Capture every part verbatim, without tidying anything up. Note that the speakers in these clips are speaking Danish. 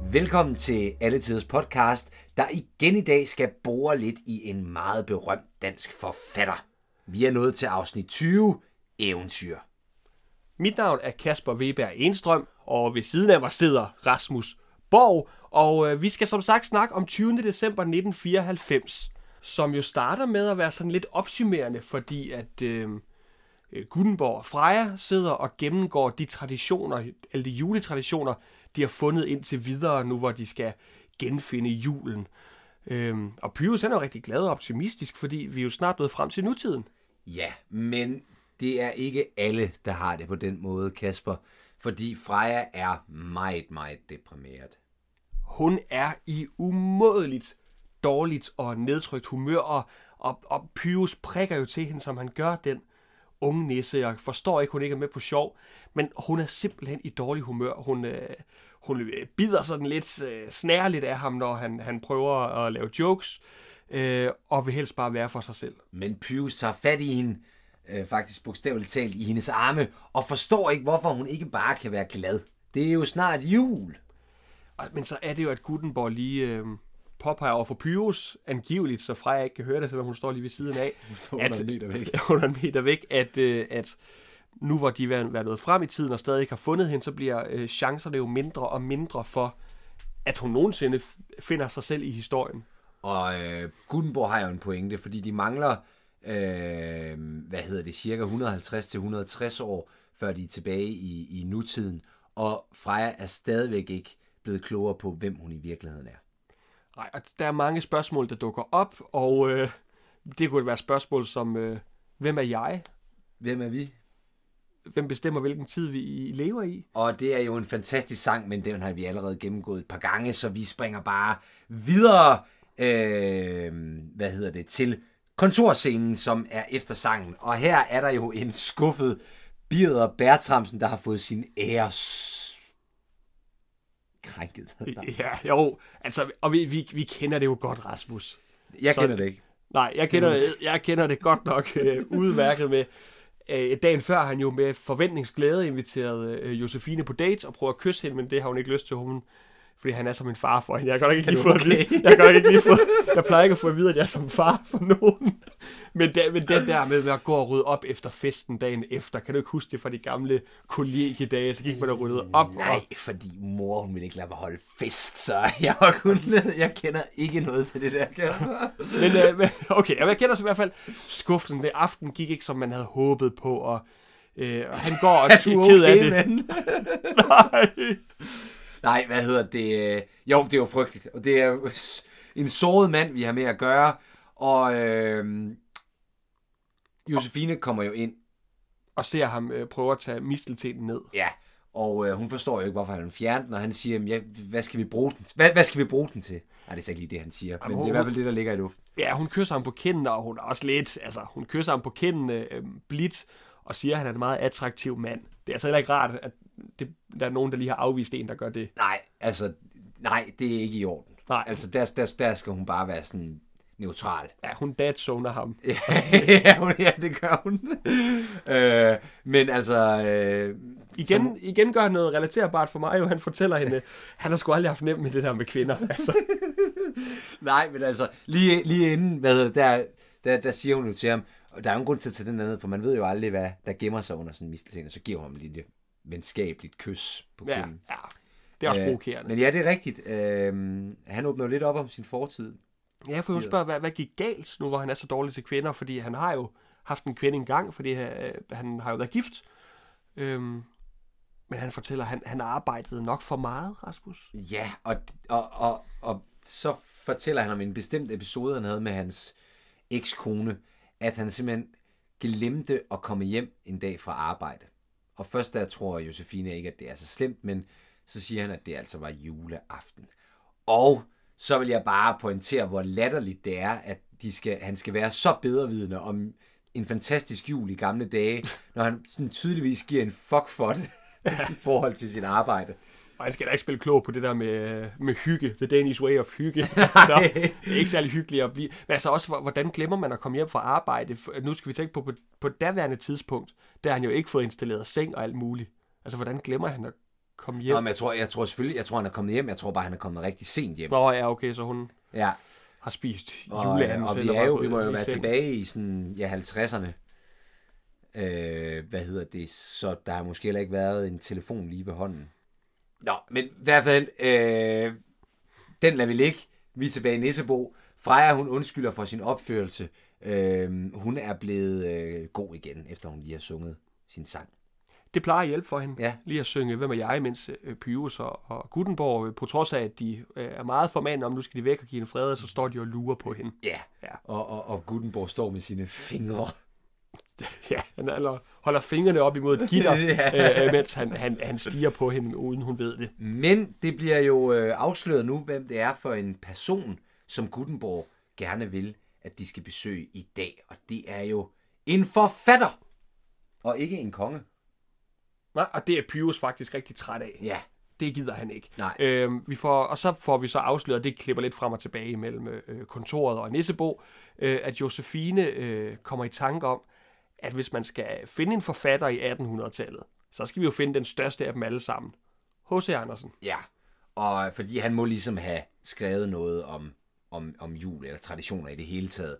Velkommen til Alletiders podcast, der igen i dag skal bore lidt i en meget berømt dansk forfatter. Vi er nået til afsnit tyve, Eventyr. Mit navn er Kasper Weber Enstrøm, og ved siden af mig sidder Rasmus Borg, og øh, vi skal som sagt snakke om tyvende december nitten fireoghalvfems, som jo starter med at være sådan lidt opsummerende, fordi at øh, Gutenborg og Freja sidder og gennemgår de traditioner, alle de juletraditioner, de har fundet indtil videre, nu hvor de skal genfinde julen. Øhm, og Pyrus er jo rigtig glad og optimistisk, fordi vi er jo snart nået frem til nutiden. Ja, men det er ikke alle, der har det på den måde, Kasper, fordi Freja er meget, meget deprimeret. Hun er i umådeligt dårligt og nedtrykt humør, og, og, og Pyrus prikker jo til hende, som han gør, den unge nisse. Jeg forstår ikke, hun ikke er med på sjov, men hun er simpelthen i dårlig humør. Hun, øh, hun bider sådan lidt øh, snærligt af ham, når han, han prøver at lave jokes, øh, og vil helst bare være for sig selv. Men Pyrus tager fat i hende, øh, faktisk bogstaveligt talt i hendes arme, og forstår ikke, hvorfor hun ikke bare kan være glad. Det er jo snart jul. Men så er det jo, at Gutenborg lige øh, påpeger over for Pyrus, angiveligt, så Freja ikke kan høre det, selvom hun står lige ved siden af. Hun står under en meter væk. Under en meter væk, at, øh, at nu hvor de er været nået frem i tiden og stadig ikke har fundet hende, så bliver øh, chancerne jo mindre og mindre for, at hun nogensinde finder sig selv i historien. Og øh, Gutenborg har jo en pointe, fordi de mangler, øh, hvad hedder det, cirka et hundrede og halvtreds til et hundrede og tres år, før de er tilbage i, i nutiden. Og Freja er stadigvæk ikke blevet klogere på, hvem hun i virkeligheden er. Nej, og der er mange spørgsmål, der dukker op, og øh, det kunne være spørgsmål som, øh, hvem er jeg? Hvem er vi? Hvem bestemmer, hvilken tid vi lever i? Og det er jo en fantastisk sang, men den har vi allerede gennemgået et par gange, så vi springer bare videre, øh, hvad hedder det, til kontorscenen, som er efter sangen. Og her er der jo en skuffet Birger Bertramsen, der har fået sin ære krænket. Ja, jo, altså, og vi, vi, vi kender det jo godt, Rasmus. Jeg så, kender det ikke. Nej, jeg kender det, jeg kender det godt nok øh, udmærket med. Øh, dagen før har han jo med forventningsglæde inviteret øh, Josefine på date og prøvet at kysse hende, men det har hun ikke lyst til, hun, fordi han er som en far for hende. Jeg kan ikke lige få okay. at vide, jeg kan ikke lige få, jeg plejer ikke at få at vide, at jeg er som far for nogen. Men, da, men den der med at gå og rydde op efter festen dagen efter, kan du ikke huske det fra de gamle kollegiedage, så gik man og ryddede op. Nej, og... fordi mor, hun ville ikke lade mig holde fest, så jeg var kun, jeg kender ikke noget til det der. men, øh, men okay, jeg kender så i hvert fald skuffelsen. Det aften gik ikke, som man havde håbet på, og, øh, og han går og er ked af det. Nej. Nej, hvad hedder det? Jo, det er jo frygteligt. Og det er en såret mand, vi har med at gøre. Og øh, Josefine kommer jo ind. Og ser ham øh, prøve at tage misteltenen ned. Ja, og øh, hun forstår jo ikke, hvorfor han fjerner den. Og han siger, ja, hvad skal vi bruge den til? Hvad, hvad skal vi bruge den til? Nej, det er ikke lige det, han siger. Men hun, det er i hvert fald det, der ligger i luften. Ja, hun kysser ham på kinden, og hun er også lidt... Altså, hun kysser ham på kinden øh, blidt, og siger, at han er en meget attraktiv mand. Det er altså heller ikke rart, at det, der er nogen, der lige har afvist en, der gør det. Nej, altså... Nej, det er ikke i orden. Nej. Altså, der, der, der skal hun bare være sådan neutral. Ja, hun dadzoner ham. ja, hun, ja, det gør hun. øh, men altså... Øh, igen, som... igen gør han noget relaterbart for mig, jo. Han fortæller hende, han har sgu aldrig haft nemt med det der med kvinder. Altså. Nej, men altså, lige, lige inden, hvad hedder det, der, der, der siger hun jo til ham, og der er jo en grund til at tage den ned, for man ved jo aldrig, hvad der gemmer sig under sådan en mistelten, og så giver hun ham lige et venskabeligt kys på kinden. Ja, ja. Det er også provokerende. Øh, men ja, det er rigtigt. Øh, han åbner jo lidt op om sin fortid. Ja, jeg får jo spørge, hvad, hvad gik galt nu, hvor han er så dårlig til kvinder? Fordi han har jo haft en kvinde engang, fordi øh, han har jo været gift. Øhm, men han fortæller, at han, han arbejdede nok for meget, Rasmus. Ja, og, og, og, og så fortæller han om en bestemt episode, han havde med hans ekskone, at han simpelthen glemte at komme hjem en dag fra arbejde. Og først der tror Josefine ikke, at det er så slemt, men så siger han, at det altså var juleaften. Og så vil jeg bare pointere, hvor latterligt det er, at de skal, han skal være så bedrevidende om en fantastisk jul i gamle dage, når han sådan tydeligvis giver en fuck for det i forhold til sit arbejde. Og han skal da ikke spille klog på det der med, med hygge. The Danish way of hygge. Nå, det er ikke særlig hyggeligt at blive. Men altså også, hvordan glemmer man at komme hjem fra arbejde? Nu skal vi tænke på, på, på daværende tidspunkt, der har han jo ikke fået installeret seng og alt muligt. Altså, hvordan glemmer han at komme hjem? Nå, men jeg tror, jeg tror selvfølgelig, jeg tror, han er kommet hjem. Jeg tror bare, han er kommet rigtig sent hjem. Nå ja, okay, så hun Ja, har spist og, juleanden. og vi, er jo, vi må jo være tilbage i sådan, ja, halvtredserne. Øh, hvad hedder det? Så der har måske heller ikke været en telefon lige ved hånden. Nå, men i hvert fald, øh, den lader vi ligge. Vi er tilbage i Nissebo. Freja, hun undskylder for sin opførelse. Øh, hun er blevet øh, god igen, efter hun lige har sunget sin sang. Det plejer at hjælpe for hende, Ja. lige at synge Hvem er jeg, mens øh, Pyrus og, og Gutenborg, øh, på trods af, at de øh, er meget formanende om, nu skal de væk og give hende fred, så står de og lurer på hende. Ja, Ja. og, og, og Gutenborg står med sine fingre. Ja, han holder, holder fingrene op imod et gitter, Ja. øh, mens han, han, han stiger på hende, uden hun ved det. Men det bliver jo øh, afsløret nu, hvem det er for en person, som Gutenborg gerne vil, at de skal besøge i dag. Og det er jo en forfatter, og ikke en konge. Nej, og det er Pyrus faktisk rigtig træt af. Ja, Det gider han ikke. nej. Øhm, vi får, og så får vi så afsløret, det klipper lidt frem og tilbage mellem øh, kontoret og Nissebo, øh, at Josefine øh, kommer i tanke om, at hvis man skal finde en forfatter i attenhundredetallet, så skal vi jo finde den største af dem alle sammen. H C. Andersen. Ja, og fordi han må ligesom have skrevet noget om, om, om jul eller traditioner i det hele taget.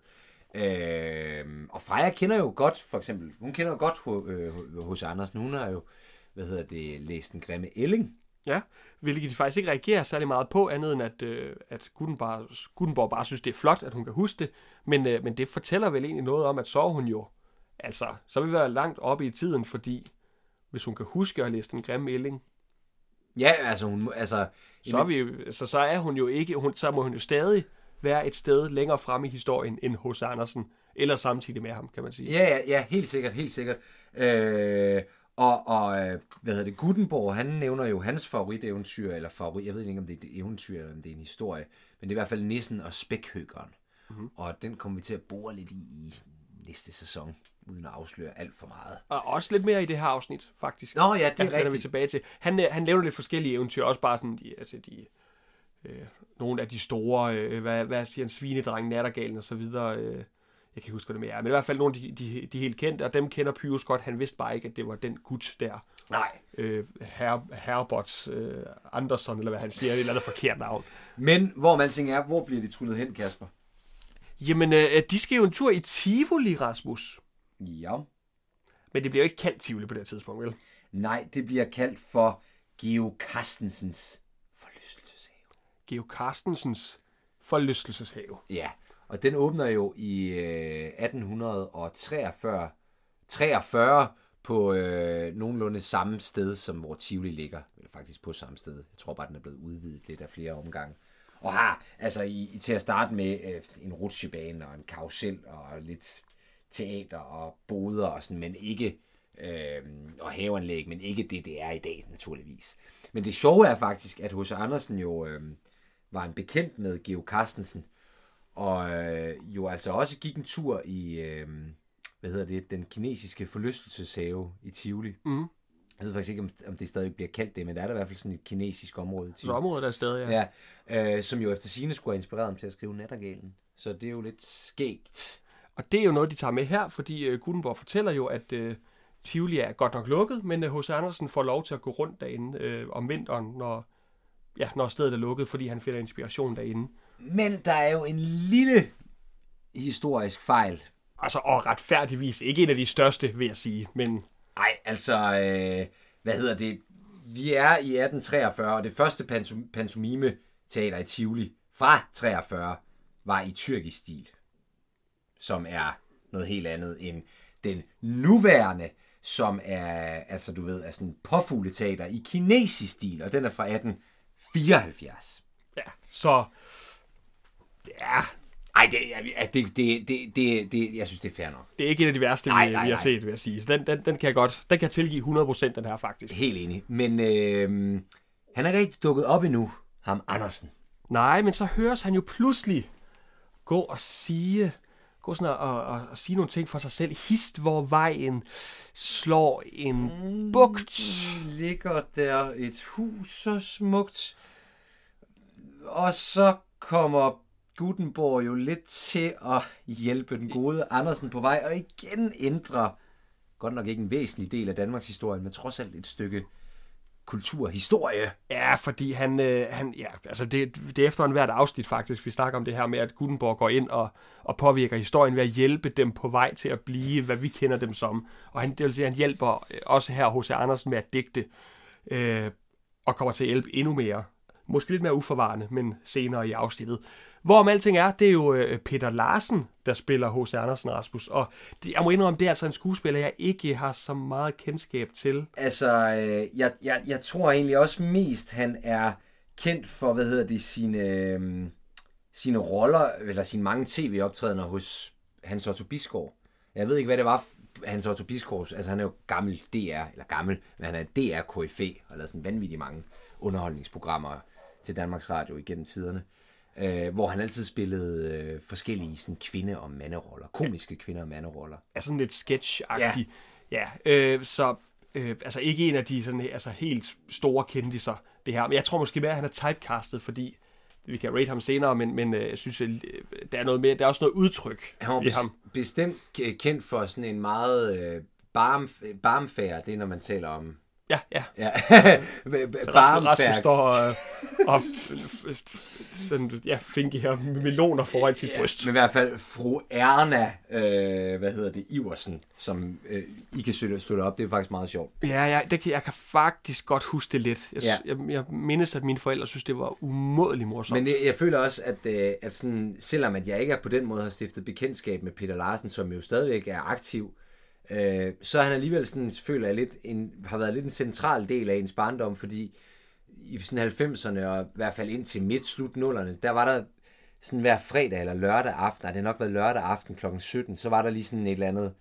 Øh, og Freja kender jo godt, for eksempel, hun kender jo godt H C. Andersen. Hun har jo, hvad hedder det, læst Den grimme ælling. Ja, hvilket de faktisk ikke reagerer særlig meget på, andet end at, øh, at Gutenborg, Gutenborg bare synes, det er flot, at hun kan huske det. Men, øh, men det fortæller vel egentlig noget om, at så er hun jo, altså, så vil vi være langt oppe i tiden, fordi hvis hun kan huske at læse Den grimme ælling, Ja, altså hun, altså... så er, vi, jo- så, så er hun jo ikke, hun, så må hun jo stadig være et sted længere fremme i historien end H C. Andersen, eller samtidig med ham, kan man sige. Ja, ja, ja, helt sikkert, helt sikkert. Øh, og, og, øh, hvad hedder det, Gutenborg, han nævner jo hans favoriteventyr, eller favorit, jeg ved ikke, om det er et eventyr, eller om det er en historie, men det er i hvert fald Nissen og Spækhøgeren. Mm-hmm. Og den kommer vi til at bore lidt i i næste sæson, uden at afsløre alt for meget. Og også lidt mere i det her afsnit, faktisk. Nå ja, det er Ja, den er vi rigtigt. tilbage til. Han, øh, han laver lidt forskellige eventyr, også bare sådan, de, altså de, øh, nogle af de store, øh, hvad, hvad siger en svinedreng, nattergalen og så videre. Øh, jeg kan ikke huske, hvad det mere er, men i hvert fald nogle af de, de, de helt kendte, og dem kender Pyrus godt. Han vidste bare ikke, at det var den gut der. Nej. Øh, Her, Herbert øh, Andersson, eller hvad han siger, et eller andet forkert navn. Men hvor man alting er, hvor bliver det trullet hen, Kasper? Jamen, øh, de skal jo en tur i Tivoli, Rasmus. Ja. Men det bliver jo ikke kaldt Tivoli på det tidspunkt, vel? Nej, det bliver kaldt for Geo Carstensens forlystelseshave. Geo Carstensens forlystelseshave. Ja, og den åbner jo i øh, atten treogfyrre, treogfyrre på øh, nogenlunde samme sted, som hvor Tivoli ligger. Eller faktisk på samme sted. Jeg tror bare, den er blevet udvidet lidt af flere omgange. Og har altså i, i, til at starte med øh, en rutsjebane og en karusel og lidt teater og boder og sådan, men ikke øh, og haveanlæg, men ikke det, det er i dag, naturligvis. Men det sjove er faktisk, at H C. Andersen jo øh, var en bekendt med Geo Carstensen, og øh, jo altså også gik en tur i, øh, hvad hedder det, den kinesiske forlystelseshave i Tivoli. Mm. Jeg ved faktisk ikke, om, om det stadig bliver kaldt det, men der er der i hvert fald sådan et kinesisk område i Så Tivoli. området er stadig, ja. Ja, øh, som jo efter sigende skulle have inspireret ham til at skrive Nattergalen. Så det er jo lidt skægt. Og det er jo noget, de tager med her, fordi uh, Gutenborg fortæller jo, at uh, Tivoli er godt nok lukket, men uh, H C. Andersen får lov til at gå rundt derinde uh, om vinteren, når, ja, når stedet er lukket, fordi han finder inspiration derinde. Men der er jo en lille historisk fejl. Altså, og retfærdigvis ikke en af de største, vil jeg sige, men Nej, altså, øh, hvad hedder det? Vi er i atten treogfyrre, og det første pantom- pantomime-teater i Tivoli fra treogfyrre var i tyrkisk stil, som er noget helt andet end den nuværende, som er, altså du ved, er sådan påfugleteater i kinesisk stil, og den er fra atten fireoghalvfjerds. ja, så ja, Ej, det, ja, det, det, det, det, det, jeg synes, det er fair nok. det er ikke en af de værste, Nej, vi, nej, vi har nej. set, vil jeg sige. Så den, den, den kan jeg godt, den kan jeg tilgive hundrede procent, den her faktisk. Helt enig. Men øh, han er ikke rigtig dukket op endnu, ham Andersen. Nej, men så høres han jo pludselig gå og sige, gå sådan og, og, og, og sige nogle ting for sig selv. Hist, hvor vejen slår en bugt. Ligger der et hus så smukt, og så kommer Gutenborg jo lidt til at hjælpe den gode Andersen på vej, og igen ændre, godt nok ikke en væsentlig del af Danmarks historie, men trods alt et stykke kulturhistorie. Ja, fordi han, øh, han ja, altså det, det er efter en hvert afsnit faktisk, vi snakker om det her med, at Gutenborg går ind og, og påvirker historien ved at hjælpe dem på vej til at blive, hvad vi kender dem som. Og han, det vil sige, han hjælper også her H C Andersen med at digte, øh, og kommer til at hjælpe endnu mere. Måske lidt mere uforvarende, men senere i afsnittet. Hvorom alting er, det er jo øh, Peter Larsen, der spiller H C Andersen, Rasmus. Og det, jeg må indrømme, det er altså en skuespiller, jeg ikke har så meget kendskab til. Altså, øh, jeg, jeg, jeg tror egentlig også mest, han er kendt for, hvad hedder det, sine, øh, sine roller, eller sine mange tv-optrædener hos Hans Otto Bisgaard. Jeg ved ikke, hvad det var, Hans Otto Bisgaard, altså han er jo gammel D R, eller gammel, men han er D R K F E, og lavet sådan vanvittigt mange underholdningsprogrammer til Danmarks Radio igennem tiderne. Øh, hvor han altid spillede øh, forskellige sådan, kvinde- og manderoller. Komiske kvinde- og manderoller. Ja, sådan lidt sketch-agtigt. Ja, ja øh, så øh, altså ikke en af de sådan, altså, helt store kendiser, det her. Men jeg tror måske mere, at han er typecastet, fordi vi kan rate ham senere, men, men øh, jeg synes, at der er, noget mere, der er også noget udtryk han var i ham. Bestemt kendt for sådan en meget øh, barm, barmfærd, det er, når man taler om... Ja, ja. ja. Rasmus står og, og sådan, ja, finker meloner foran sit ja, bryst. Men i hvert fald fru Erna, øh, hvad hedder det, Iversen, som øh, I kan støtte op, det er faktisk meget sjovt. Ja, ja det kan, jeg kan faktisk godt huske det lidt. Jeg, ja. jeg, jeg mindes, at mine forældre synes, det var umådeligt morsomt. Men jeg, jeg føler også, at, øh, at sådan, selvom at jeg ikke er på den måde har stiftet bekendtskab med Peter Larsen, som jo stadigvæk er aktiv, Øh, så han alligevel sådan, føler jeg lidt en, har været lidt en central del af ens barndom, fordi i sådan halvfemserne og i hvert fald indtil midt slut nullerne, der var der sådan hver fredag eller lørdag aften, og det har nok været lørdag aften klokken sytten, så var der lige sådan et eller andet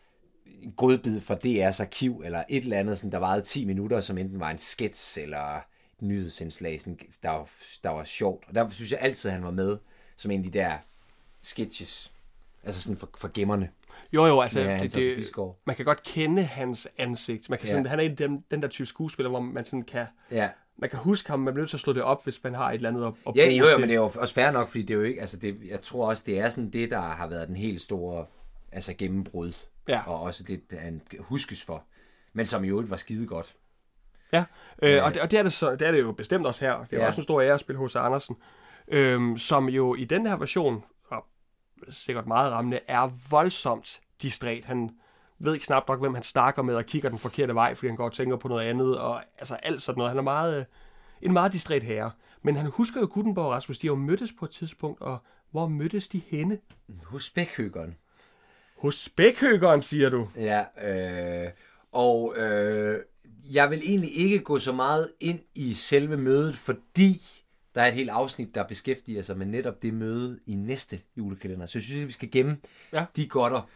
godbid fra D R's arkiv, eller et eller andet, sådan, der varede ti minutter, som enten var en sketch eller et nyhedsindslag, sådan, der, var, der var sjovt. Og der synes jeg altid, at han var med som en af de der sketches, altså sådan for, for gemmerne. Jo, jo, altså, ja, det, det, man kan godt kende hans ansigt. Man kan sådan, ja. Han er en af den, den der type skuespiller, hvor man sådan kan, ja. man kan huske ham, man bliver nødt til at slå det op, hvis man har et eller andet at, at ja, jo, jo, men det er jo også fair nok, fordi det er jo ikke, altså det, jeg tror også, det er sådan det, der har været den helt store, altså gennembrud, ja. Og også det, han huskes for, men som jo ikke var skide godt. Ja, øh, ja. Og, det, og det, er det, så, det er det jo bestemt også her. Det er ja. Også en stor ære at spille H C Andersen, øhm, som jo i den her version, sikkert meget rammende, er voldsomt distræt. Han ved ikke knap nok, hvem han snakker med, og kigger den forkerte vej, fordi han går og tænker på noget andet, og altså alt sådan noget. Han er meget, en meget distræt herre. Men han husker jo Gutenborg og Rasmus, de har jo mødtes på et tidspunkt, og hvor mødtes de henne? Hos Spækhøgeren. Hos Spækhøgeren, siger du? Ja, øh, og øh, jeg vil egentlig ikke gå så meget ind i selve mødet, fordi der er et helt afsnit, der beskæftiger sig med netop det møde i næste julekalender. Så jeg synes, at vi skal gemme ja. de godter.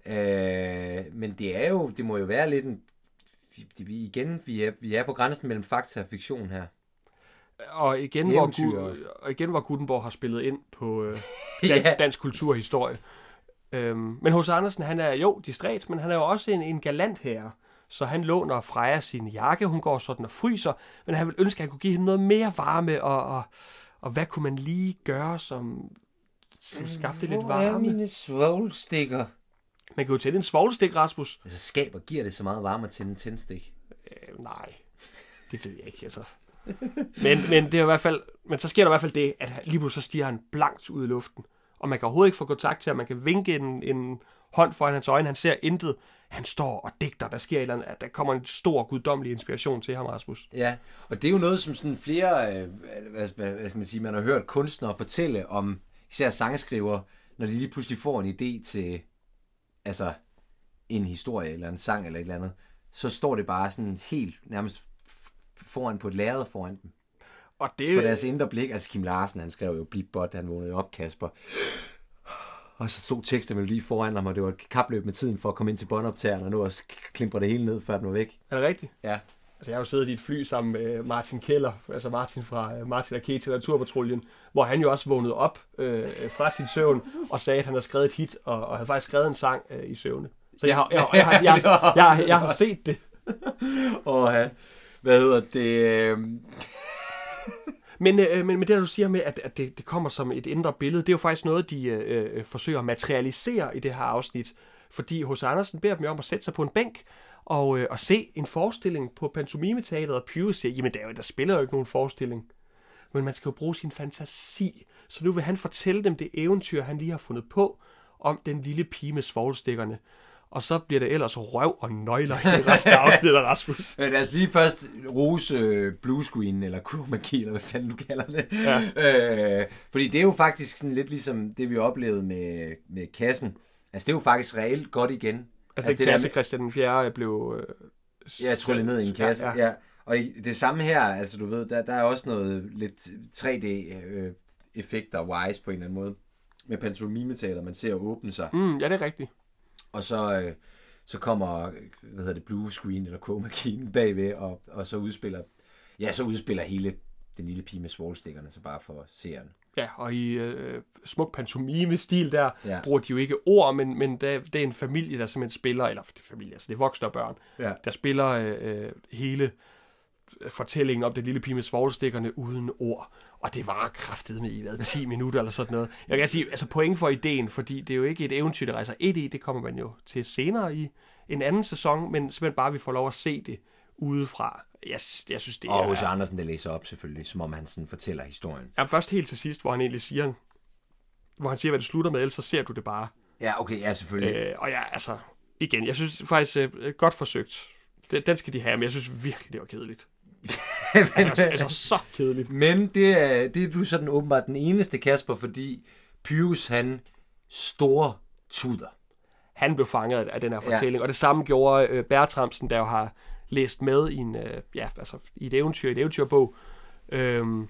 Øh, men det er jo, det må jo være lidt en... Vi, igen, vi er, vi er på grænsen mellem fakta og fiktion her. Og igen, hvor, og igen hvor Gutenborg har spillet ind på øh, dansk, ja. dansk kulturhistorie. Øhm, men H C Andersen, han er jo distræt, men han er jo også en, en galant herre. Så han låner Freja sin jakke, hun går sådan og fryser, men han vil ønske, at han kunne give hende noget mere varme, og, og, og hvad kunne man lige gøre, som, som skabte lidt varme? Hvor er mine svovlstikker? Man kan jo tænde en svovlstik, Rasmus. Altså skaber, giver det så meget varme til en tændstik? Øh, nej, det ved jeg ikke, altså. Men, men det er i hvert fald, men så sker der i hvert fald det, at lige pludselig så stiger han blankt ud i luften, og man kan overhovedet ikke få kontakt til ham, man kan vinke en, en hånd foran hans øjne, han ser intet. Han står og digter, der sker et eller andet, der kommer en stor guddommelig inspiration til ham, Rasmus. Ja, og det er jo noget, som sådan flere, øh, hvad, hvad skal man sige, man har hørt kunstnere fortælle om, især sangskriver, når de lige pludselig får en idé til, altså, en historie eller en sang eller et eller andet, så står det bare sådan helt nærmest foran på et lærred foran dem. Og det... For deres indre blik, altså Kim Larsen, han skrev jo Blip Bot, han vågnede op, Kasper. Og så stod tekst og melodi foran ham, og det var et kapløb med tiden for at komme ind til båndoptageren, og nu også klimper det hele ned, før den var væk. Er det rigtigt? Ja. Altså, jeg har jo siddet i et fly sammen med Martin Keller, altså Martin fra Martin Arke til Naturpatruljen, hvor han jo også vågnede op øh, fra sin søvn og sagde, at han havde skrevet et hit, og, og havde faktisk skrevet en sang øh, i søvne. Så jeg har, jeg, jeg, jeg, jeg, jeg, jeg, jeg, jeg har set det. Åh, ja. Hvad hedder det? Men, øh, men, men det, du siger med, at, at det, det kommer som et indre billede, det er jo faktisk noget, de øh, forsøger at materialisere i det her afsnit. Fordi H C Andersen beder dem om at sætte sig på en bænk, og, øh, og se en forestilling på pantomimeteateret, og Pyrus siger, jamen der, der spiller jo ikke nogen forestilling. Men man skal jo bruge sin fantasi. Så nu vil han fortælle dem det eventyr, han lige har fundet på, om den lille pige med svovlstikkerne. Og så bliver det ellers røv og nøgler i resten af afsnittet, Rasmus. Men lad os lige først rose øh, bluescreen, eller chroma key, eller hvad fanden du kalder det. Ja. Øh, fordi det er jo faktisk sådan lidt ligesom det, vi oplevede med, med kassen. Altså det er jo faktisk reelt godt igen. Altså, altså det kasse, med... Christian den fjerde blev... Øh, ja, tryllet ned i en kasse, ja. ja. Og det samme her, altså du ved, der, der er også noget lidt tre D-effekter øh, wise på en eller anden måde. Med pantomimetaler, man ser åbne sig. Mm, ja, det er rigtigt. Og så, øh, så kommer, hvad hedder det, blue screen eller chroma key'en bagved, og, og så udspiller, ja, så udspiller hele den lille pige med svovlstikkerne, så bare for seeren. Ja, og i øh, smuk pantomime-stil der, ja. bruger de jo ikke ord, men, men det, det er en familie, der simpelthen spiller, eller det er familie, altså det er voksne og børn, ja. der spiller øh, hele fortællingen om den lille pige med svovlstikkerne uden ord. Og det var kraftet med i hvad, ti minutter eller sådan noget. Jeg kan sige, altså point for ideen, fordi det er jo ikke et eventyr, der rejser et i, det kommer man jo til senere i en anden sæson, men simpelthen bare, vi får lov at se det udefra. Jeg, jeg synes, det og er... hos Andersen, der læser op selvfølgelig, som om han sådan fortæller historien. Ja, først helt til sidst, hvor han egentlig siger, hvor han siger, hvad det slutter med, ellers så ser du det bare. Ja, okay, ja, selvfølgelig. Øh, og ja, altså, igen, jeg synes faktisk, øh, godt forsøgt. Den, den skal de have, men jeg synes virkelig, det var kedeligt. men, altså, altså så kedeligt. Men det er, det er du sådan åbenbart den eneste, Kasper, fordi Pyrus, han store tuder. Han blev fanget af den her fortælling, ja. Og det samme gjorde øh, Bertramsen, der jo har læst med i en, øh, ja, altså i et eventyr, i et eventyrbog. Øhm,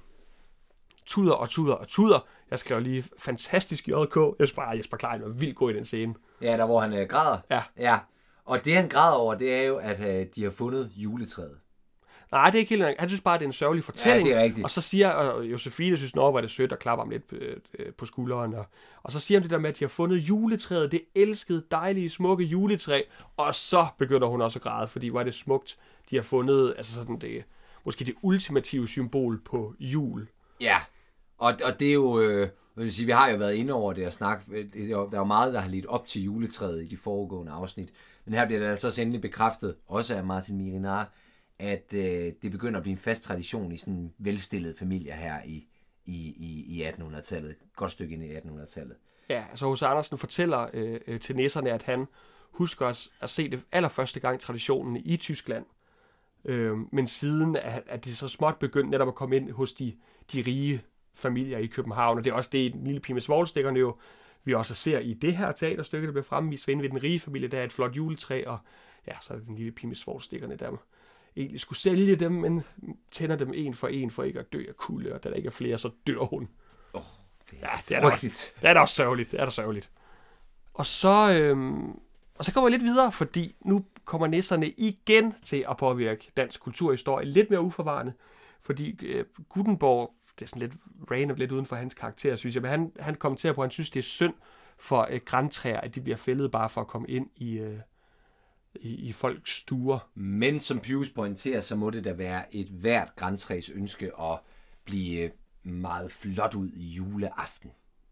tuder og tuder og tuder. Jeg skrev lige fantastisk J K. Jeg synes bare, Jesper Klein var vildt god i den scene. Ja, der hvor han øh, græder. Ja. ja. Og det han græder over, det er jo, at øh, de har fundet juletræet. Nej, det er ikke helt. Han synes bare, det er en sørgelig fortælling. Ja, det er rigtigt. Og så siger, og Josefine synes, nå, var det sødt, og klapper ham lidt øh, på skulderen. Og, og så siger han det der med, at de har fundet juletræet, det elskede, dejlige, smukke juletræ. Og så begynder hun også at græde, fordi hvor er det smukt, de har fundet, altså sådan det, måske det ultimative symbol på jul. Ja, og, og det er jo, øh, vil sige, vi har jo været inde over det og snakket, der er jo meget, der har lidt op til juletræet i de foregående afsnit. Men her bliver det altså også endelig bekræftet, også af Martin Miehe-Renard, at øh, det begynder at blive en fast tradition i sådan velstillede familier her i, i, i, i attenhundredetallet. Godt stykke ind i attenhundredetallet. Ja, altså H C Andersen fortæller øh, til nisserne, at han husker at, at se det allerførste gang traditionen i Tyskland. Øh, men siden at, at det så småt begyndte netop at komme ind hos de, de rige familier i København. Og det er også det, den lille pige med svovlstikkerne jo, vi også ser i det her teaterstykke, der bliver fremvist ved den rige familie. Der er et flot juletræ, og ja, så er det den lille pige med svovlstikkerne, der egentlig skulle sælge dem, men tænder dem en for en, for ikke at dø af kulde, og da der ikke er flere, så dør hun. Oh, det er ja, det er da også, det er da også sørgeligt. Det er da sørgeligt. Og så, øhm, og så kommer vi lidt videre, fordi nu kommer nisserne igen til at påvirke dansk kulturhistorie lidt mere uforvarende, fordi øh, Gutenborg, det er sådan lidt random, lidt uden for hans karakter, synes jeg, men han, han kommenterer på, at han synes, det er synd for øh, grantræer, at de bliver fældet bare for at komme ind i... Øh, I, i folks stuer. Men som Pius pointerer, så må det da være et hvert grantræs ønske at blive meget flot ud i juleaften.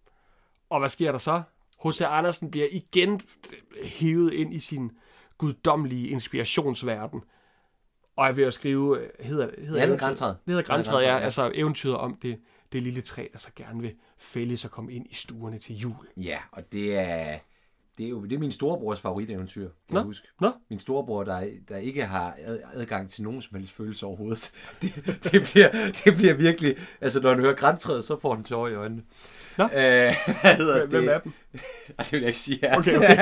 Og hvad sker der så? H C Andersen bliver igen hævet ind i sin guddommelige inspirationsverden. Og jeg vil jo skrive, hedder, hedder ja, det Grantræet. Det hedder Grantræet, ja. Altså eventyret om det, det lille træ, der så gerne vil fældes og komme ind i stuerne til jul. Ja, og det er... Det er jo det er min storebrors favoriteventyr, kan Nå? jeg huske. Nå? Min storebror, der, der ikke har adgang til nogen som helst følelse overhovedet. Det, det, bliver, det bliver virkelig... Altså, når han hører Grantræet, så får han tårer i øjnene. Nå? Æh, hvad hedder Hvem det? er dem? Det vil jeg ikke sige her. Okay, okay.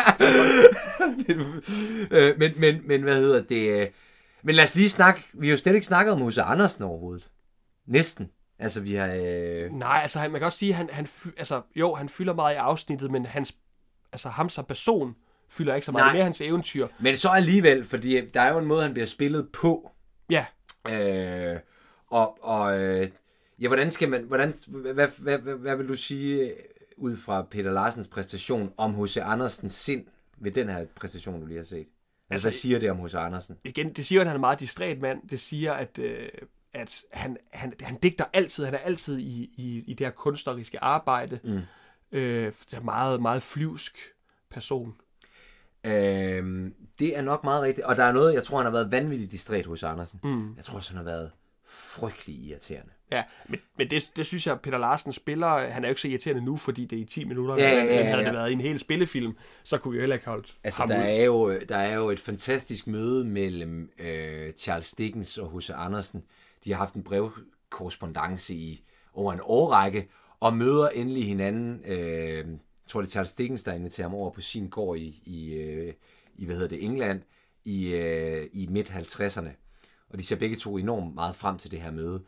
øh, men, men, men hvad hedder det? Men lad os lige snakke... Vi har jo slet ikke snakket om H C Andersen overhovedet. Næsten. Altså, vi har... Øh... Nej, altså, man kan også sige, at han, han, altså, jo, han fylder meget i afsnittet, men hans altså ham som person fylder ikke så meget. Mere hans eventyr. Men så alligevel, fordi der er jo en måde, han bliver spillet på. Ja. Øh, og og øh, ja, hvordan skal man, hvordan, hvad, hvad, hvad, hvad, hvad vil du sige ud fra Peter Larsens præstation om H C Andersens sind ved den her præstation, du lige har set? Altså, altså hvad siger det om H C Andersen? Igen, det siger, at han er en meget distræt mand. Det siger, at, øh, at han, han, han digter altid. Han er altid i, i, i det her kunstneriske arbejde. Mm. Øh, det er meget, meget flyvsk person. Øh, det er nok meget rigtigt. Og der er noget, jeg tror, han har været vanvittigt distræt hos Andersen. Mm. Jeg tror også, han har været frygtelig irriterende. Ja, men, men det, det synes jeg, Peter Larsen spiller, han er jo ikke så irriterende nu, fordi det er i ti minutter, ja, ja, ja, ja. havde det været i en hel spillefilm, så kunne vi jo heller ikke holde altså, ham der ud. er, jo, der er jo et fantastisk møde mellem øh, Charles Dickens og H C. Andersen. De har haft en brevkorrespondance i over en årrække, og møder endelig hinanden. Øh, jeg tror, det er Charles Dickens, der inviterer ham over på sin gård i, i, øh, i hvad hedder det, England, i, øh, i midt halvtredserne. Og de ser begge to enormt meget frem til det her møde.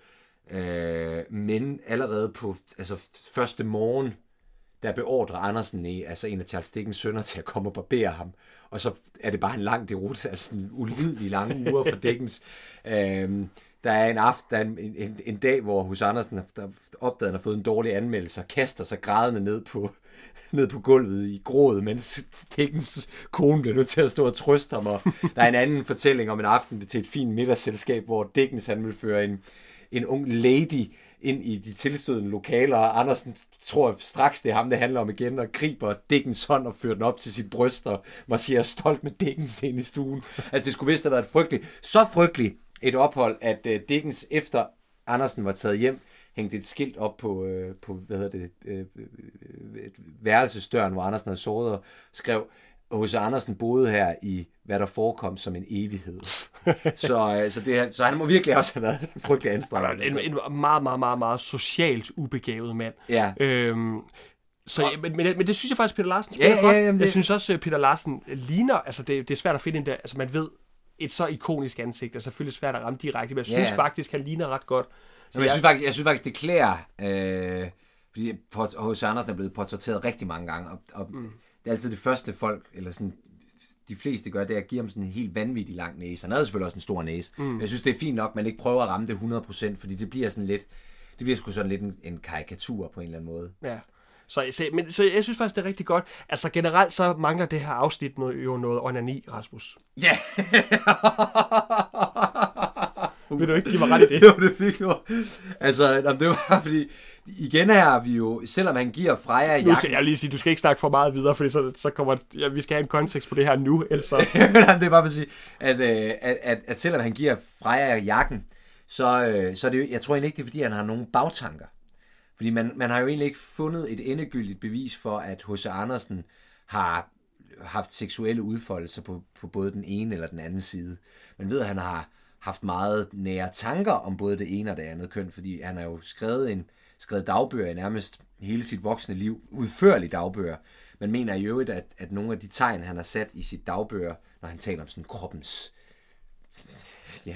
Øh, men allerede på altså første morgen, der beordrer Andersen, altså en af Charles Dickens sønner, til at komme og barbere ham. Og så er det bare en lang derute, altså en ulidelig lange uger for Dickens. øh, der er en aften, der er en, en, en dag, hvor hos Andersen der opdager, at han har fået en dårlig anmeldelse, og kaster sig grædende ned på, ned på gulvet i grådet, mens Dickens kone bliver nødt til at stå og trøste ham. Og der er en anden fortælling om en aften til et fint middagsselskab, hvor Dickens han vil føre en, en ung lady ind i de tilstødende lokaler, og Andersen tror straks, det er ham, det handler om igen, og griber Dickens hånd og fører den op til sit bryst, og marcherer stolt med Dickens ind i stuen. Altså, det skulle vist have været frygteligt. Så frygteligt et ophold, at uh, Dickens, efter Andersen var taget hjem, hængte et skilt op på, øh, på hvad hedder det, øh, øh, værelsesdøren, hvor Andersen havde sovet, og skrev, H C. Andersen boede her i, hvad der forekom som en evighed. så, øh, så, det, så han må virkelig også have været en frygtelig anstrengende. En, en meget, meget, meget, meget socialt ubegavet mand. Ja. Øhm, så, og, men, men, men det synes jeg faktisk, Peter Larsen spiller ja, godt. Ja, jamen, det... Jeg synes også, Peter Larsen ligner, altså det, det er svært at finde en der, altså man ved, et så ikonisk ansigt er selvfølgelig svært at ramme direkte, men jeg synes ja. faktisk, han ligner ret godt. Så jeg, jeg, synes faktisk, jeg synes faktisk, det klæder, øh, fordi H C. Andersen er blevet portrætteret rigtig mange gange, og, og mm. det er altid det første folk, eller sådan, de fleste gør, det er at give ham sådan en helt vanvittig lang næse. Han havde selvfølgelig også en stor næse. Mm. Jeg synes, det er fint nok, at man ikke prøver at ramme det hundrede procent, fordi det bliver sådan lidt, det bliver sgu sådan lidt en, en karikatur på en eller anden måde. Ja. Så, så, men, så jeg synes faktisk, det er rigtig godt. Altså generelt så mangler det her afsnit noget, jo noget onani, Rasmus. Ja! Yeah. Vil du ikke give mig ret i det? Jo, det fik jo. Altså, det var fordi, igen her har vi jo, selvom han giver Freja jakken... Nu skal jeg lige sige, du skal ikke snakke for meget videre, fordi så, så kommer, ja, vi skal have en kontekst på det her nu, ellers så... det er bare for at sige, at, at, at, at selvom han giver Freja jakken, så, så er det jo, jeg tror egentlig ikke, det er, fordi han har nogen bagtanker. Fordi man, man har jo egentlig ikke fundet et endegyldigt bevis for, at H C. Andersen har haft seksuelle udfoldelser på, på både den ene eller den anden side. Man ved, at han har haft meget nære tanker om både det ene og det andet køn, fordi han har jo skrevet, en, skrevet dagbøger i nærmest hele sit voksne liv, udførlige dagbøger. Man mener i øvrigt, at, at nogle af de tegn, han har sat i sit dagbøger, når han taler om sådan kroppens... Ja,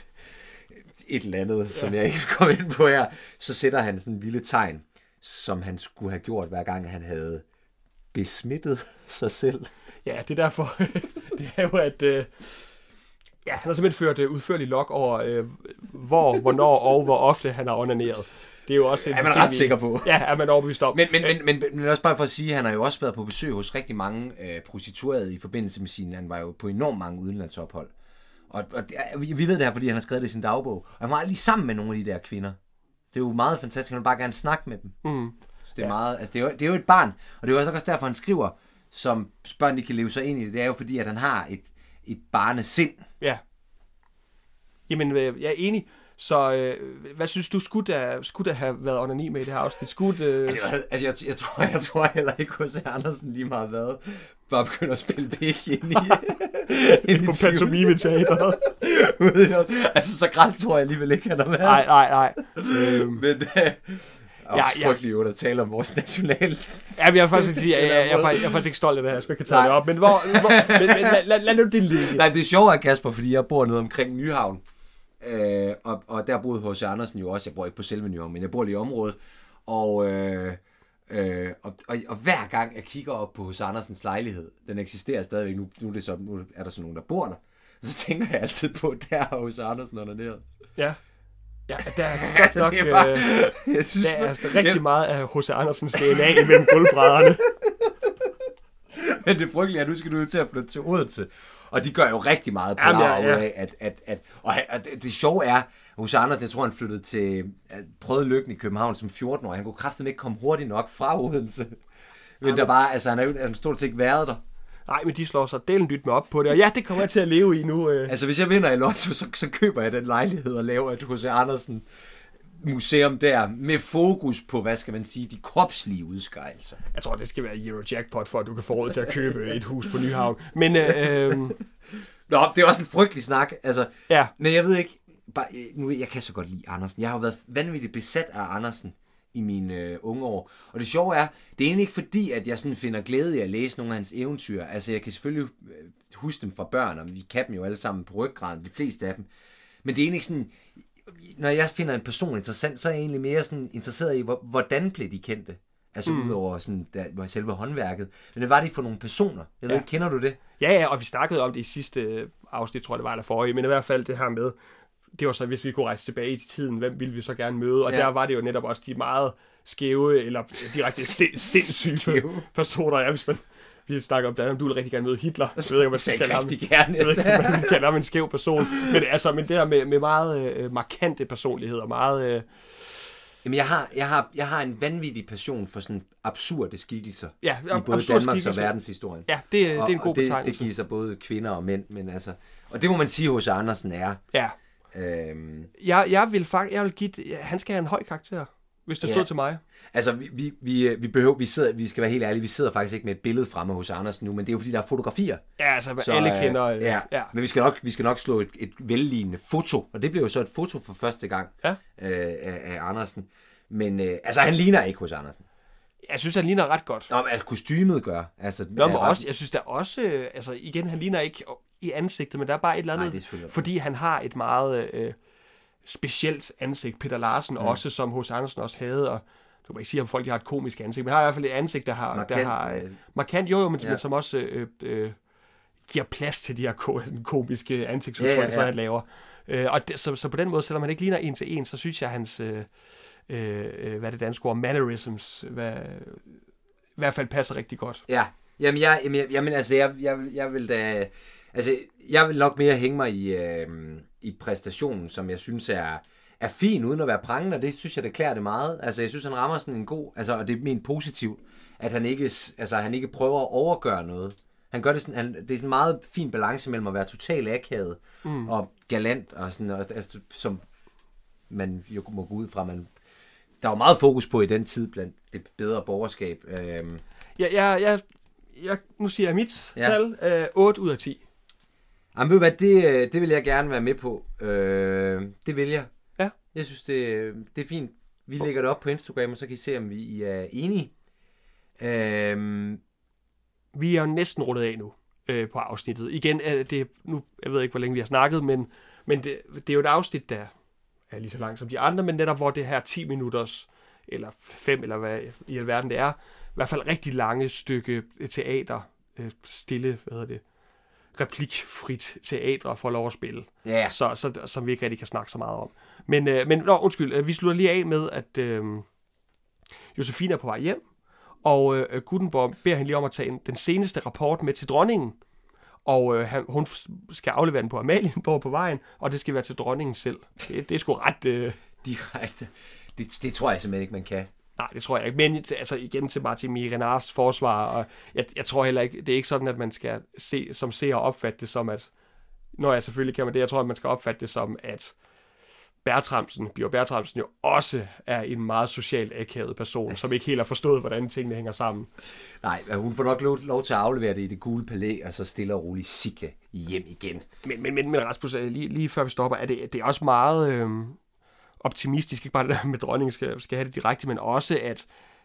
et eller andet, ja. Som jeg ikke kommer ind på her, så sætter han sådan en lille tegn, som han skulle have gjort, hver gang han havde besmittet sig selv. Ja, det er derfor, det er jo, at øh, ja, han har simpelthen ført øh, udførlig log over, øh, hvor, hvornår og hvor ofte han har onaneret. Det er jo også en er man ting, ret sikker på. Ja, er man overbevist om. Men, men, men, men, men også bare for at sige, at han har jo også været på besøg hos rigtig mange øh, prostituerede i forbindelse med sin, han var jo på enormt mange udenlandsophold. Og, og vi ved det her, fordi han har skrevet det i sin dagbog. Og han var lige sammen med nogle af de der kvinder. Det er jo meget fantastisk. Han vil bare gerne snakke med dem. Mm. Så det er, ja. meget, altså det, er jo, det er jo et barn. Og det er jo også derfor, han skriver, som børn de kan leve sig ind i det. Det er jo fordi, at han har et, et barnesind. Ja. Jamen, jeg er enig. Så øh, hvad synes du, skulle der, skulle der have været onani med i det her afsnit? Skulle det... altså, altså, jeg, jeg, tror, jeg tror heller ikke, at H C. Andersen lige meget været bare begynder at spille pik ind i... ind på pantomime-teateret. Altså, så grædt tror jeg alligevel ikke, han har været. Nej, nej, nej. Øhm. Men... Øh, og ja, frygtelig jo, der taler om vores national... Ja, jeg er faktisk ikke, jeg, jeg, jeg, jeg, jeg er faktisk ikke stolt af det her, jeg skal ikke tage det op. Men, hvor, hvor, men, men lad, lad, lad nu det ligge. Nej, det er sjovt, Kasper, fordi jeg bor nede omkring Nyhavn. Øh, og, og der boede H C. Andersen jo også. Jeg bor ikke på selve Nyhavn, men jeg bor lige i området. Og, øh, øh, og, og, og hver gang jeg kigger op på H C. Andersens lejlighed, den eksisterer stadigvæk, nu, nu, er, det så, nu er der så nogen, der bor der, så tænker jeg altid på, at der har H C. Andersen onderneret. Ja. Ja, der er godt altså, nok, er bare, øh, jeg synes, der er altså rigtig det... meget af H C. Andersens D N A imellem gulvbrædderne. Men det frygtelige er, at nu skal du til at flytte til Odense. Og de gør jo rigtig meget på ja, ja, ja. af, at, at, at, og det, det sjove er, H C. Andersen, jeg tror, han flyttede til, prøvede lykken i København som fjorten-årig. Han kunne kraftigt ikke komme hurtigt nok fra Odense. Men der bare, altså, han har jo stort set ikke været der. Nej, men de slår sig delen dyt med op på det, og ja, det kommer jeg til at leve i nu. Øh. Altså, hvis jeg vinder i Lotto, så, så køber jeg den lejlighed og laver et H C. Andersen museum der, med fokus på, hvad skal man sige, de kropslige udskejelser. Jeg tror, det skal være Eurojackpot, for at du kan få råd til at købe et hus på Nyhavn. Men, øh, øh... Nå, det er også en frygtelig snak, altså. Ja. Men jeg ved ikke, bare, nu, jeg kan så godt lide Andersen. Jeg har jo været vanvittigt besat af Andersen i mine øh, unge år. Og det sjove er, det er egentlig ikke fordi, at jeg sådan finder glæde i at læse nogle af hans eventyr. Altså, jeg kan selvfølgelig øh, huske dem fra børn, og vi kan dem jo alle sammen på ryggraden, de fleste af dem. Men det er egentlig ikke sådan, når jeg finder en person interessant, så er jeg egentlig mere sådan interesseret i, hvordan blev de kendte? Altså mm. udover sådan, der, selve håndværket. Men det var det for nogle personer. Jeg ved ja. ikke, kender du det? Ja, ja, og vi snakkede om det i sidste afsnit, tror jeg det var, eller forrige, men i hvert fald det her med, det var så, hvis vi kunne rejse tilbage i tiden, hvem ville vi så gerne møde? Og ja. Der var det jo netop også de meget skæve, eller direkte sind, sindssyge personer, ja, hvis man... Vi snakker om det, om du vil rigtig gerne møde Hitler. Jeg ved ikke, om man skal kalde ham, gerne. Jeg ved ikke, om man kalde ham en skæv person. Men, altså, men det der med, med meget øh, markante personligheder, meget... Øh... Jamen, jeg har, jeg, har, jeg har en vanvittig passion for sådan absurde skikkelser. Ja, i både Danmarks og verdenshistorien. Ja, det, det er en god og det, betegnelse. Det giver sig både kvinder og mænd, men altså... Og det må man sige, H C. Andersen er. Ja. Øhm... Jeg, jeg vil faktisk... Jeg vil give... Han skal have en høj karakter, hvis det ja. stod til mig. Altså, vi, vi, vi, vi behøver, vi sidder, vi skal være helt ærlige, vi sidder faktisk ikke med et billede fremme hos Andersen nu, men det er jo fordi, der er fotografier. Ja, altså, så, alle kender. Øh, ja. ja, men vi skal nok, vi skal nok slå et, et vellignende foto, og det blev jo så et foto for første gang ja. øh, af, af Andersen. Men øh, altså, han ligner ikke hos Andersen. Jeg synes, han ligner ret godt. Nå, men altså, kostymet gør. Altså, Nå, men også, jeg synes der også, øh, altså igen, han ligner ikke i ansigtet, men der er bare et eller andet, Nej, fordi han har et meget øh, specielt ansigt. Peter Larsen mm. også, som H C. Andersen også havde, og du må ikke sige, at folk de har et komisk ansigt, men har i hvert fald et ansigt, der har... Markant. Der har øh, markant, jo jo, men, ja. men som også øh, øh, giver plads til de her ko- komiske ansigtsudtryk, ja, ja, ja. så han laver. Øh, og det, så, så på den måde, selvom han ikke ligner en til en, så synes jeg, hans... Øh, øh, hvad det danske ord, mannerisms, hvad, i hvert fald passer rigtig godt. Ja, jamen, jeg, jamen, jamen altså, jeg, jeg, jeg vil da... Altså, jeg vil nok mere hænge mig i, øh, i præstationen, som jeg synes er... er fin, uden at være prangende, og det synes jeg, det klæder det meget. Altså, jeg synes, han rammer sådan en god, altså, og det er ment positivt, at han ikke, altså, han ikke prøver at overgøre noget. Han gør det sådan, han, det er sådan en meget fin balance mellem at være totalt akavet mm. og galant, og sådan, og, altså, som man jo må gå ud fra, man, der var meget fokus på i den tid blandt det bedre borgerskab. Øhm. Ja, ja, ja, ja, nu siger jeg mit ja. tal, øh, otte ud af ti. Jamen, ved du hvad, det, det vil jeg gerne være med på. Øh, det vil jeg. Ja. Jeg synes, det, det er fint. Vi lægger det op på Instagram, og så kan I se, om vi er enige. Øhm. Vi er næsten rundet af nu øh, på afsnittet. Igen, er det, nu, jeg ved ikke, hvor længe vi har snakket, men, men det, det er jo et afsnit, der er lige så langt som de andre, men netop hvor det her ti minutters, eller fem, eller hvad i alverden det er, i hvert fald rigtig lange stykke teater, øh, stille, hvad hedder det, replikfrit teater får lov at spille. Yeah. Så, så, som vi ikke rigtig kan snakke så meget om. Men, øh, men nå, undskyld, øh, vi slutter lige af med, at øh, Josefine er på vej hjem, og øh, Gutenborg beder hende lige om at tage en, den seneste rapport med til dronningen, og øh, han, hun skal aflevere den på Amalienborg på vejen, og det skal være til dronningen selv. Det, det er sgu ret... Øh... Direkte. Det, det tror jeg simpelthen ikke, man kan. Nej, det tror jeg ikke. Men altså, igen til Martin Mirenars forsvar, og jeg, jeg tror heller ikke, det er ikke sådan, at man skal se, som ser og opfatte det som, at... Når jeg selvfølgelig kan man det, jeg tror, at man skal opfatte det som, at Bertramsen, Bjørn Bertramsen jo også er en meget socialt akavet person, som ikke helt har forstået, hvordan tingene hænger sammen. Nej, hun får nok lov, lov til at aflevere det i det gule palæ, og så stille og roligt cikle hjem igen. Men, men, men, men Rasmus, lige, lige før vi stopper, er det, det er også meget øh, optimistisk, ikke bare det der med dronningen skal, skal have det direkte, men også at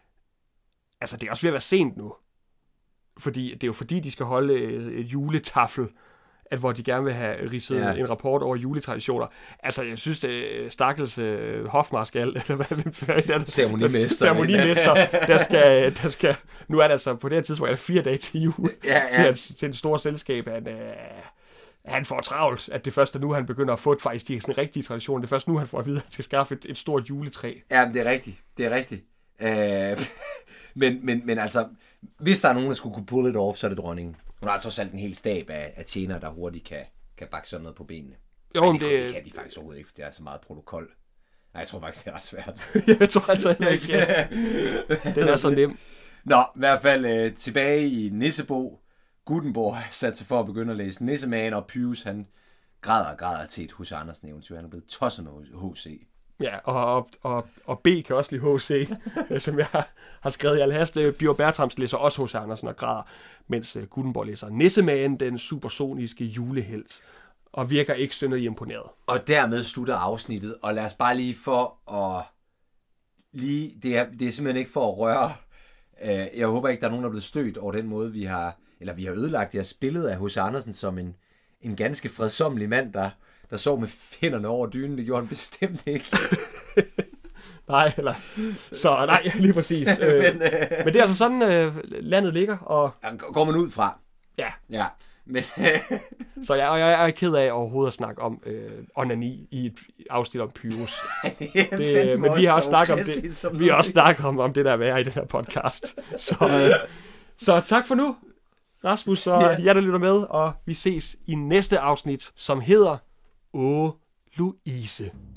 altså, det er også ved at være sent nu. Fordi det er jo fordi, de skal holde et juletafel, at hvor de gerne vil have ridset ja. en rapport over juletraditioner. Altså, jeg synes, det er stakkels uh, hofmarskal, eller hvad, hvad er det? Ceremonimester. Ceremonimester, der skal, der skal, nu er det altså, på det her tidspunkt, er der fire dage til jul, ja, ja. Til, at, til det store selskab, han, uh, han får travlt, at det først er nu, han begynder at få et, faktisk de sådan rigtige traditioner. Det er først nu, han får at vide, at han skal skaffe et, et stort juletræ. Ja, det er rigtigt. Det er rigtigt. Uh, men, men, men altså, hvis der er nogen, der skulle kunne pull it off, så er det dronningen. Hun har trods alt en hel stab af, af tjenere, der hurtigt kan, kan bakke sådan noget på benene. Jo, men det, det, det kan de faktisk overhovedet ikke, for det er så meget protokol. Nej, jeg tror faktisk, det er ret svært. Jeg tror altså ikke, ja. Den er så nem. Nå, i hvert fald øh, tilbage i Nissebo, Gutenborg har sat sig for at begynde at læse Nissemagen, og Pyrus, han græder og græder til et H C. Andersen eventyr. Han er blevet tosset med H C. Ja, og, og, og B kan også lide H C, som jeg har skrevet i al hast. Bjørn Bertrams læser også H C. Andersen og græder, mens Gutenborg læser Nissemagen, den supersoniske julehelt, og virker ikke synderligt imponeret. Og dermed slutter afsnittet, og lad os bare lige for at... Lige, det, er, det er simpelthen ikke for at røre... Jeg håber ikke, der er nogen, der er blevet stødt over den måde, vi har... Eller vi har ødelagt jeres billede af H C. Andersen som en, en ganske fredsommelig mand, der, der sov med finderne over dynen. Det gjorde han bestemt ikke. Nej, eller... Så nej, lige præcis. men, øh... men det er altså sådan, øh, landet ligger, og... Går man ud fra. Ja. Ja. Men... så jeg, og jeg er ked af overhovedet at snakke om øh, onani i et afsnit om Pyrus. det, men vi har også snakket om det. Vi har også snakket om, om det der være i den her podcast. Så, øh, så tak for nu, Rasmus, og yeah. jer, der lytter med, og vi ses i næste afsnit, som hedder Åh, Louise.